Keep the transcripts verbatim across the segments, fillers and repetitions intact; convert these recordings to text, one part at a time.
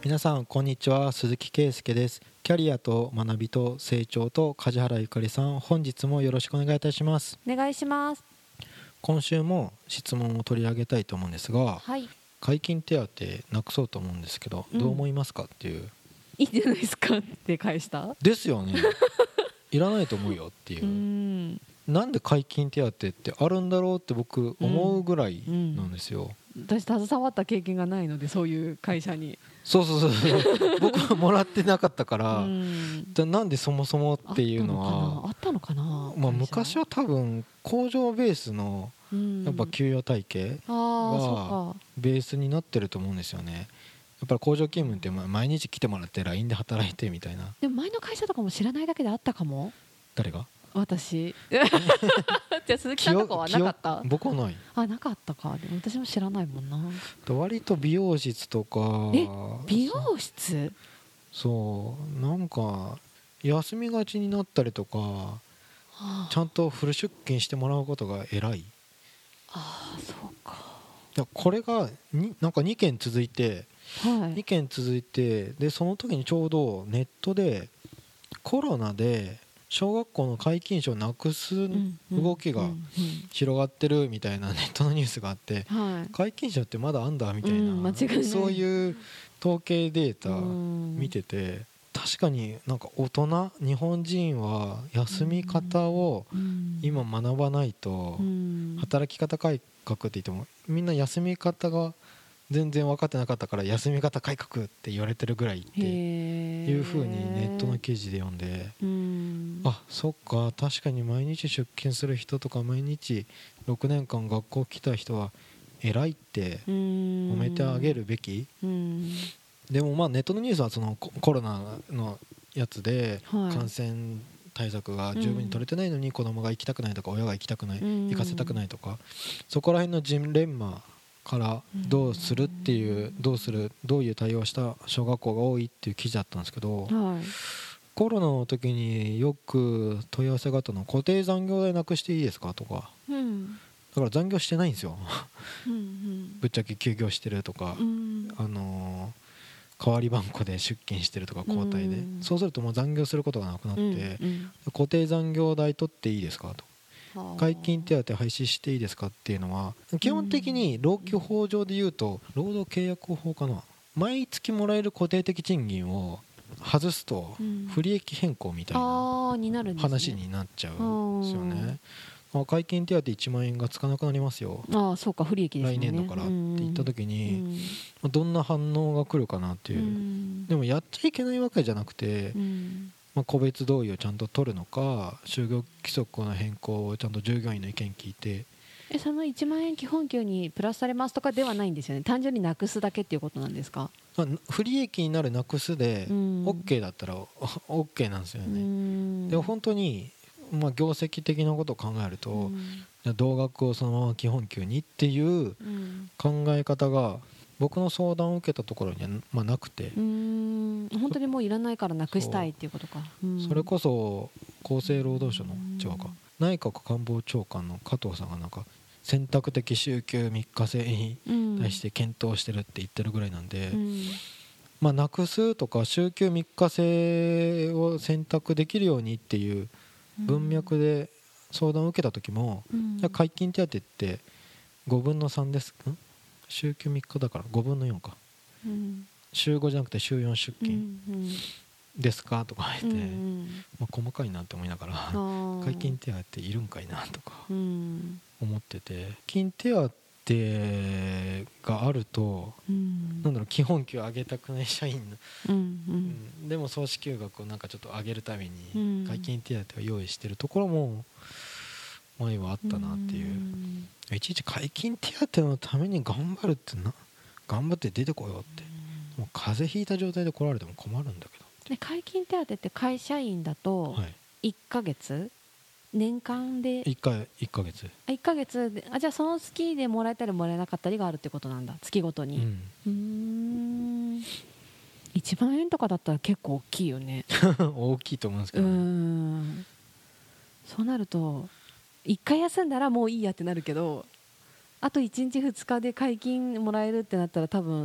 皆さんこんにちは、鈴木圭介です。キャリアと学びと成長と梶原ゆかりさん、本日もよろしくお願いいたします。 お願いします。 今週も質問を取り上げたいと思うんですが、 はい、 解禁手当なくそうと思うんですけど、 うんどう思いますかっていう。 いいんじゃないですかって返したですよねいらないと思うよっていうう、 んなんで解禁手当ってあるんだろうって僕思うぐらいなんですよ、 私携わった経験がないので、そういう会社にそうそうそうそう僕はもらってなかったかうら、 んじゃあなんでそもそもっていうのはあったのかなあったのかな、 まあ、 会社昔は多分工場ベースのうんやっぱ給与体系あーそうがかベースになってると思うんですよね。やっぱり工場勤務ってまあ毎日来てもらって ライン で働いてみたいな。 でも前の会社とかも知らないだけであったかも。 誰が？ 私じゃあ鈴木さんとかはなかった？ 僕はない。 あ、なかったか。でも私も知らないもんな。 割と美容室とかえ美容室そうなんか休みがちになったりとか、 はあちゃんとフル出勤してもらうことが偉い。 あーそうかいやこれがになんかにけん続いてはいにけん続いてでその時にちょうどネットでコロナで小学校の皆勤賞をなくす動きが広がってるみたいなネットのニュースがあって、 はい皆勤賞ってまだあんだみたいうん間違いなないそういう統計データうん見てて、確かになんか大人日本人は休み方を今学ばないとうん働き方改革って言ってもみんな休み方が全然分かってなかったから休み方改革って言われてるぐらいっていう風にネットの記事で読んで、 うんあそっか確かに毎日出勤する人とか毎日ろくねんかん学校来た人は偉いって褒めてあげるべき。 うんでもまあネットのニュースはそのココロナのやつではい感染対策が十分に取れてないのに子供が行きたくないとか親が行きたくないうん行かせたくないとかそこら辺のジレンマからどうするっていうどうするどういう対応をした小学校が多いっていう記事だったんですけど、 はいコロナの時によく問い合わせがあったのは固定残業代なくしていいですかとか、 うんだから残業してないんですようんぶっちゃけ休業してるとか、 うんあのー代わり番号で出勤してるとか交代で、 うんそうするともう残業することがなくなって、 うん固定残業代取っていいですかと、 うん解禁手当廃止していいですかっていうのは基本的に労基法上で言うと労働契約法かな、毎月もらえる固定的賃金を外すと不利益変更みたいなあーになるんですね話になっちゃうんですよね。まあ解禁手当いちまんえんがつかなくなりますよああそうか不利益ですも来んね年度からって言った時うにんまあどんな反応が来るかなっていうう、 んでもやっちゃいけないわけじゃなくて、 うんまあ、個別同意をちゃんと取るのか就業規則の変更をちゃんと従業員の意見聞いて、 えそのいちまん円基本給にプラスされますとかではないんですよね。単純になくすだけっていうことなんですか。 まあ、不利益になるなくすでうん OK だったら OK なんですようね。 んでも本当にまあ業績的なことを考えると、 うんじゃあ同額をそのまま基本給にっていううん考え方が僕の相談を受けたところにはまあなくて、 うん本当にもういらないからなくしたいっていうことか。うんそれこそ厚生労働省のうん違うか内閣官房長官の加藤さんがなんか選択的週休みっか制に対して検討してるって言ってるぐらいなんで、 うんまあなくすとか週休みっか制を選択できるようにっていう文脈で相談を受けた時も、 うんじゃあ解禁手当ってごぶんのさんですん週休みっかだからごぶんのよんかうん週ごじゃなくて週よん出う勤んですかとかう言って、 んまあ、細かいなって思いながらあー解禁手当いるんかいなとかうん思ってて、金手当があるとうんなんだろう基本給上げたくない社員の、 うんううんん、でも総支給額をなんかちょっと上げるためうんに解禁手当を用意してるところも前はあったなっていう、 んいちいち解禁手当のために頑張るってな頑張って出てこようってもう風邪ひいた状態で来られても困るんだけで解禁手当って会社員だとど、はいいっかげつ年間でいっかいいっかげつ、 あいっかげつであじゃあその月でもらえたりもらえなかったりがあるってことなんだ月ごとにうん、 うーんいちまん円とかだったら結構大きいよね大きいと思うんですけうーど、ね、 んそうなるといっかい休んだらもういいやってなるけどあといちにちふつかで解禁もらえるってなったら多分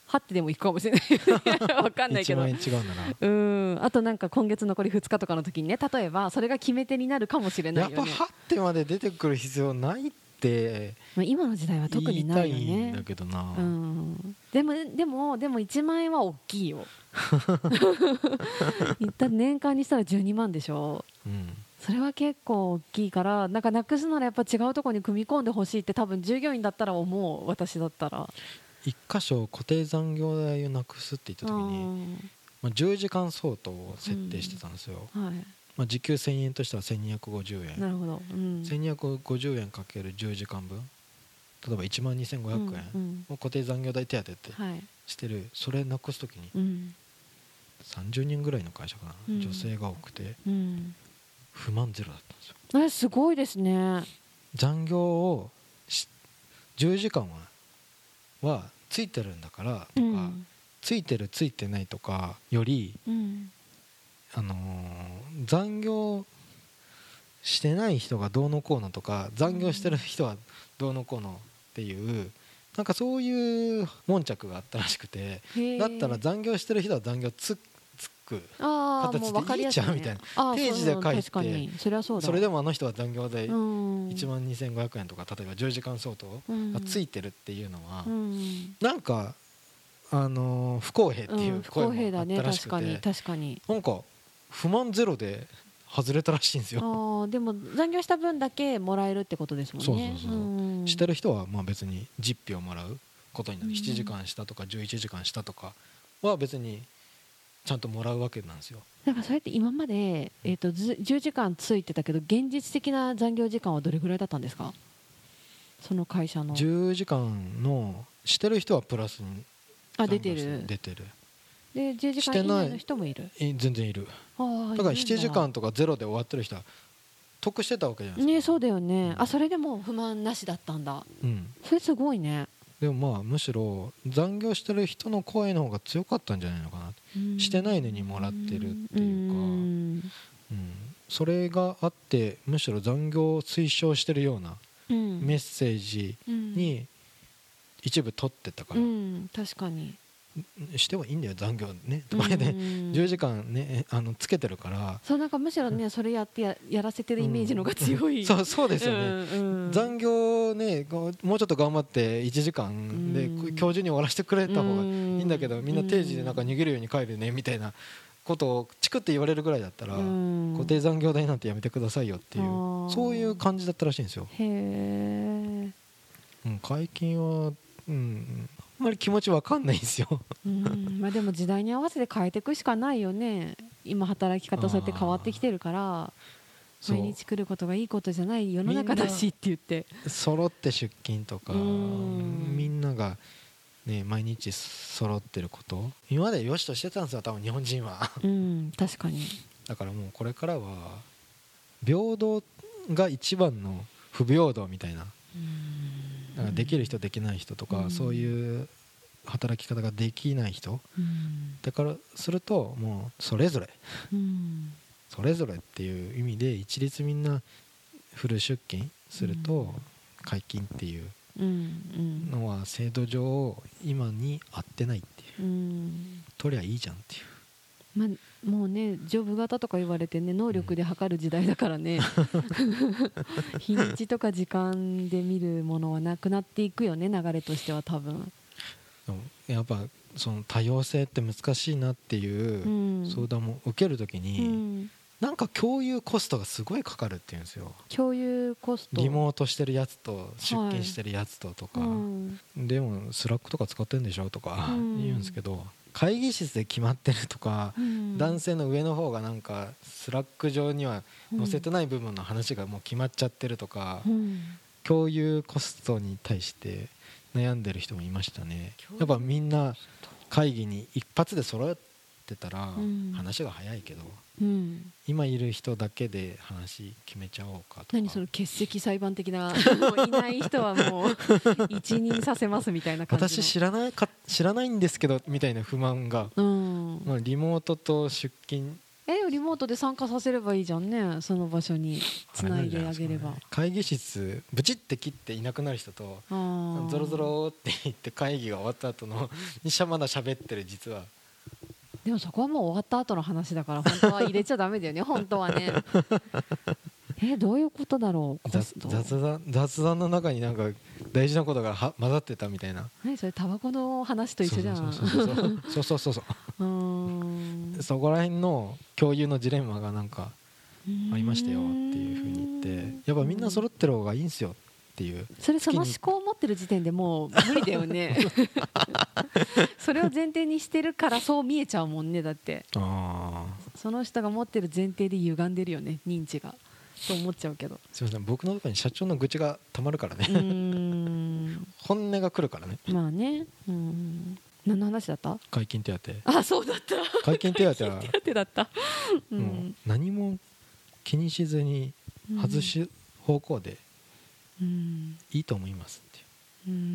はってでも行くかもしれないわかんないけどいちまん円違うならうんあとなんか今月残りふつかとかの時にね例えばそれが決め手になるかもしれないよね。 やっぱはってまで出てくる必要ないって、 まあ、今の時代は特にないよね。 言いたいんだけどな、 うん、でもでもでもいちまん円は大きいよ一旦年間にしたらじゅうにまんでしょ、うん、それは結構大きいからなんかなくすならやっぱ違うところに組み込んでほしいって多分従業員だったら思う。私だったら一箇所固定残業代をなくすって言った時に、まあ、じゅうじかん相当を設定してたんですよ、うんはいまあ、時給せんえんとしてはせんにひゃくごじゅうえん。 なるほど、うん、 せんにひゃくごじゅうえんかけるじゅうじかんぶん例えばいちまんにせんごひゃくえんを固定残業代手当ってしてる、はい、それなくす時に、うん、さんじゅうにんぐらいの会社かな、うん、女性が多くて、うん、不満ゼロだったんですよ。 えすごいですね。 残業をじゅうじかんははついてるんだからとか、うん、ついてるついてないとかより、うんあのー、残業してない人がどうのこうのとか残業してる人はどうのこうのっていうなんかそういう悶着があったらしくて、だったら残業してる人は残業つつく形でいいじゃんみたいな定時で書いて、それでもあの人は残業代いちまんにせんごひゃくえんとか例えばじゅうじかん相当がついてるっていうのはなんかあの不公平っていう声もあったらしくて、なんか不満ゼロで外れたらしいんですよ。 あでも残業した分だけもらえるってことですもんね。 そうそうそう、うん、してる人はまあ別に実費をもらうことになる、うん、しちじかんしたとかじゅういちじかんしたとかは別にちゃんともらうわけなんですよ。 なんかそれって今まで、えー、とじゅうじかんついてたけど現実的な残業時間はどれぐらいだったんですか、その会社の。 じゅうじかんのしてる人はプラスにあ出てる出てるでじゅうじかん以内の人もいる。 全然いる。だからしちじかんとかゼロで終わってる人は得してたわけじゃないですかね。そうだよね、うん、あそれでも不満なしだったんだ、うん、それすごいね。 でもまあむしろ残業してる人の声の方が強かったんじゃないのかな。してないのにもらってるっていうか、うん、それがあってむしろ残業を推奨してるようなメッセージに一部取ってたから、うん、 確かにしてはいいんだよ残業ねとかでじゅうじかんねあのつけてるから。 そうなんかむしろねそれやって や, やらせてるイメージのが強い、 うん、そうそうですよね、うんうん、残業ねもうちょっと頑張っていちじかんで今日中に終わらせてくれた方がいいんだけど、みんな定時でなんか逃げるように帰るねみたいなことをチクって言われるぐらいだったら固定残業代なんてやめてくださいよっていうそういう感じだったらしいんですよ。へー、うん、解禁はうんあんまり気持ちわかんないんですようんまあでも時代に合わせて変えていくしかないよね。今働き方そうやって変わってきてるから毎日来ることがいいことじゃない世の中だしって言って揃って出勤とかみんなが、ね、毎日揃ってること今まで良しとしてたんですよ多分日本人はうん確かに。 だからもうこれからは平等が一番の不平等みたいな、だからできる人できない人とか、うん、そういう働き方ができない人、うん、だからするともうそれぞれ、うん、それぞれっていう意味で一律みんなフル出勤すると解禁っていうのは制度上今に合ってないっていう、うん、取りゃいいじゃんっていう。 まあ、もうねジョブ型とか言われてね能力で測る時代だからね、うん、日にちとか時間で見るものはなくなっていくよね流れとしては多分。 やっぱその多様性って難しいなっていう相談も受けるときに、うん、なんか共有コストがすごいかかるっていうんですよ。 共有コストリモートしてるやつと出勤してるやつととか、はいうん、でもスラックとか使ってるんでしょとか言うんですけど、会議室で決まってるとか、うん、男性の上の方がなんかスラック上には載せてない部分の話がもう決まっちゃってるとか、うん、共有コストに対して悩んでる人もいましたね。やっぱみんな会議に一発で揃ってたら話が早いけど、うん、今いる人だけで話決めちゃおうかとか。 何その欠席裁判的なもういない人はもう一任させますみたいな感じの。 私知らないか知らないんですけどみたいな不満が、うんまあ、リモートと出勤えリモートで参加させればいいじゃんね、その場所につないであげれば、ね、 会議室ブチって切っていなくなる人とゾロゾロって言って会議が終わった後のにしゃまだ喋ってる。実はでもそこはもう終わった後の話だから本当は入れちゃダメだよね本当はねえどういうことだろう。 雑談雑談の中になんか大事なことがは混ざってたみたいな。 何それ、タバコの話と一緒じゃん。 そうそうそうそうそこら辺の共有のジレンマがなんかありましたよっていうふうに言って、やっぱみんな揃ってる方がいいんすよっていう。 それその思考を持ってる時点でもう無理だよねそれを前提にしてるからそう見えちゃうもんね。だってあその人が持ってる前提で歪んでるよね、認知がと思っちゃうけど。 すいません、僕のところに社長の愚痴がたまるからねうーん本音が来るからね。 まあね、うん何の話だった？ 解禁手当。 あ、そうだった。 解禁手当は手当だった、 うん、もう何も気にしずに外し方向でいいと思いますっていう、 うん、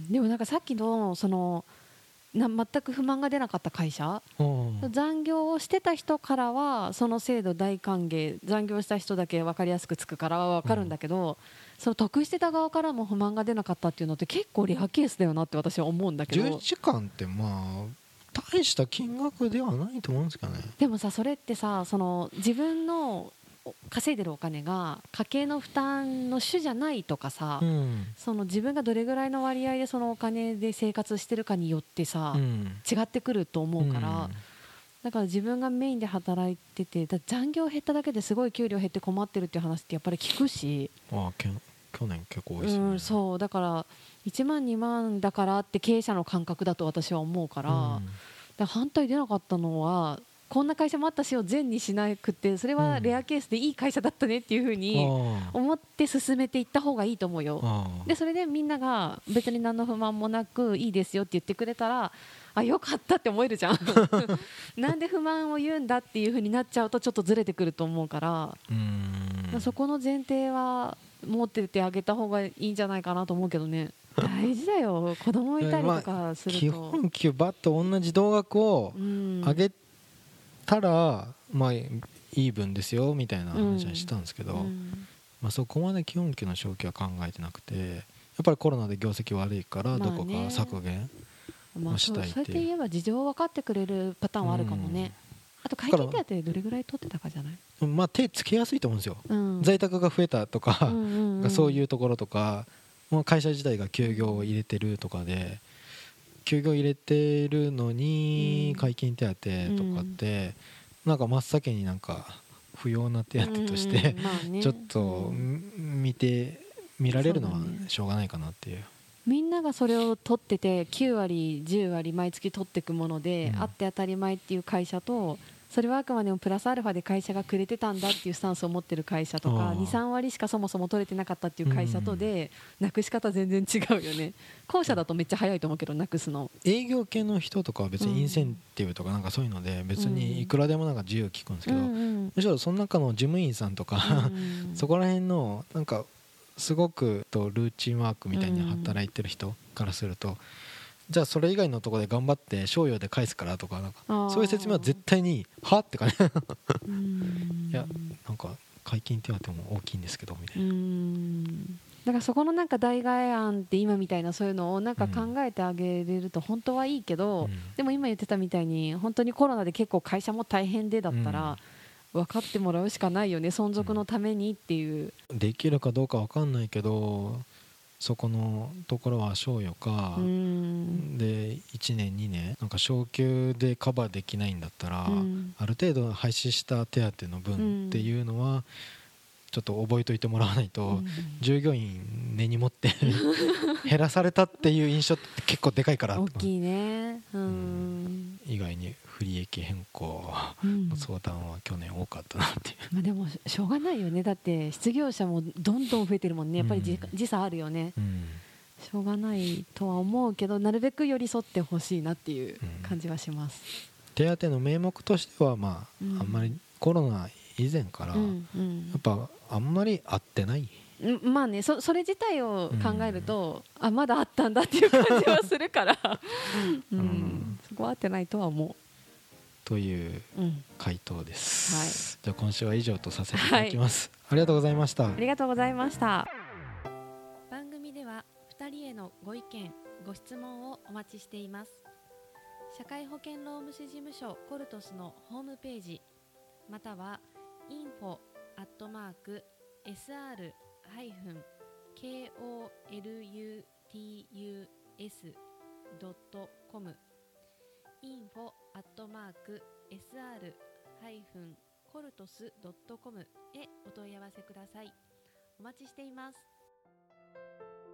でもなんかさっきのそのな全く不満が出なかった会社、残業をしてた人からはその制度大歓迎、残業した人だけ分かりやすくつくからは分かるんだけど、うん、その得してた側からも不満が出なかったっていうのって結構レアケースだよなって私は思うんだけど。 じゅういちじかんってまあ大した金額ではないと思うんですけどね。 でもさ、それってさ、その自分の稼いでるお金が家計の負担の主じゃないとかさ、うん、その自分がどれぐらいの割合でそのお金で生活してるかによってさ、うん、違ってくると思うから、うん、だから自分がメインで働いてて、だ残業減っただけですごい給料減って困ってるっていう話ってやっぱり聞くし、 ああ去年結構多いですね、 うん、そうだからいちまんにまんだからって経営者の感覚だと私は思うから、うん、だから反対出なかったのはこんな会社もあったしを善にしなくて、それはレアケースでいい会社だったねっていう風に思って進めていった方がいいと思うよ。でそれでみんなが別に何の不満もなくいいですよって言ってくれたら、あよかったって思えるじゃんなんで不満を言うんだっていう風になっちゃうとちょっとずれてくると思うから、うーんそこの前提は持っててあげた方がいいんじゃないかなと思うけどね。大事だよ、子供いたりとかすると、 基本給バッと同じ同額を上げたらまあイーブンですよみたいな話はしたんですけど、うん、まあそこまで基本給の昇給は考えてなくて、やっぱりコロナで業績悪いからどこか削減をしたいっていう、まあ、そうやって言えば事情分かってくれるパターンはあるかもね、うん、あと会計手当どれぐらい取ってたかじゃない？ まあ手つけやすいと思うんですよ、うん、在宅が増えたとか、うんうんうん、そういうところとか、もう会社自体が休業を入れてるとかで、休業入れてるのに解禁手当とかってなんか真っ先になんか不要な手当としてちょっと見て見られるのはしょうがないかなっていう。 みんながそれを取っててきゅうわりじゅうわり毎月取っていくものであって当たり前っていう会社と、それはあくまでもプラスアルファで会社がくれてたんだっていうスタンスを持ってる会社とか、にさんわりしかそもそも取れてなかったっていう会社とでなくし方全然違うよね。後者だとめっちゃ早いと思うけど、なくすの。 営業系の人とかは別にインセンティブとかなんかそういうので別にいくらでもなんか自由聞くんですけど、むしろその中の事務員さんとかそこら辺のなんかすごくとルーチンワークみたいに働いてる人からすると、じゃあそれ以外のところで頑張って賞与で返すからとか、なんかそういう説明は絶対にはってかねいやなんか解禁手当も大きいんですけどみたいな。うーんだからそこのなんか代替案って今みたいなそういうのをなんか考えてあげれると本当はいいけど、うん、でも今言ってたみたいに本当にコロナで結構会社も大変でだったら、分かってもらうしかないよね、存続のためにっていう、 うん、できるかどうか分かんないけどそこのところは賞与かでいちねんにねんなんか昇給でカバーできないんだったら、うん、ある程度廃止した手当の分っていうのはちょっと覚えといてもらわないと、うん、従業員根に持って減らされたっていう印象って結構でかいから大きいね、うんうん、以外に不利益変更の相談は去年多かったなっていう、 うんまあ、でもしょうがないよね、だって失業者もどんどん増えてるもんね、やっぱり時、うん、時差あるよね、うん、しょうがないとは思うけどなるべく寄り添ってほしいなっていう感じはします、 うん、手当の名目としては、まあうん、あんまりコロナ以前から、うんうん、やっぱあんまり合ってない、 まあね、そ, それ自体を考えると、うん、あまだあったんだっていう感じはするから、うんうん、そこは合ってないとは思う。 という回答です、 うんはい、 じゃあ今週は以上とさせていただきます、はい、ありがとうございました。 ありがとうございました。番組ではふたりへのご意見ご質問をお待ちしています。社会保険労務士事務所コルトスのホームページまたは インフォ アットマーク エスアール ケーオーエルユーティーユーエス ドットコム インフォ アットマーク エスアール コルトス ドットコム へお問い合わせください。お待ちしています。